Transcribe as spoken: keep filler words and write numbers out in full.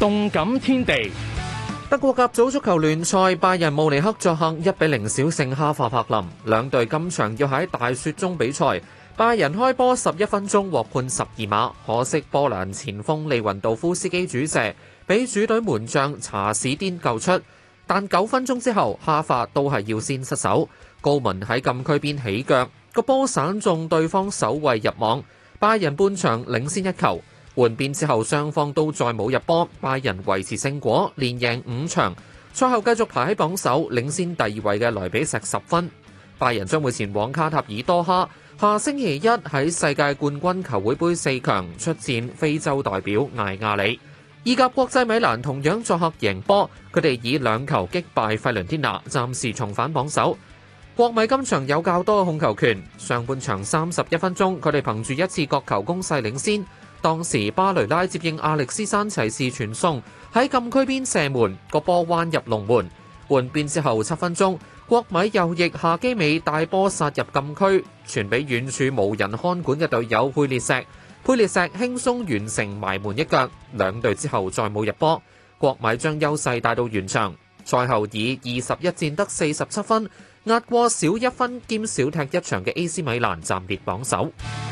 動感天地， 德國甲組足球聯賽，拜仁慕尼黑作客一比零小勝哈化柏林，兩隊今場要喺大雪中比賽。拜仁開波十一分鐘獲判十二碼，可惜波蘭前鋒利雲道夫斯基主射，俾主隊門將查史甸救出。但九分鐘之後，哈化都係要先失手，高文喺禁區邊起腳，個波散中對方守衛入網。拜仁半場領先一球，換邊之後雙方都再冇入波，拜仁維持勝果，連贏五場。賽後繼續排喺榜首，領先第二位嘅萊比錫十分。拜仁將會前往卡塔爾多哈，下星期一喺世界冠軍球會杯四強出戰非洲代表艾亞里。意甲國際米蘭同樣作客贏波，佢哋以兩球擊敗費倫天拿，暫時重返榜首。國米今場有較多控球權，上半場三十一分鐘，佢哋憑住一次角球攻勢領先。當時巴雷拉接應亞歷斯山齊士傳送，喺禁區邊射門，個波彎入龍門。換邊之後七分鐘，國米右翼夏基美大波殺入禁區，傳俾遠處無人看管嘅隊友佩列石。佩列石輕鬆完成埋門一腳，兩隊之後再冇入波。國米將優勢帶到完場，賽後以二十一戰得四十七分，壓過少一分兼少踢一場嘅 A C 米蘭，暫列榜首。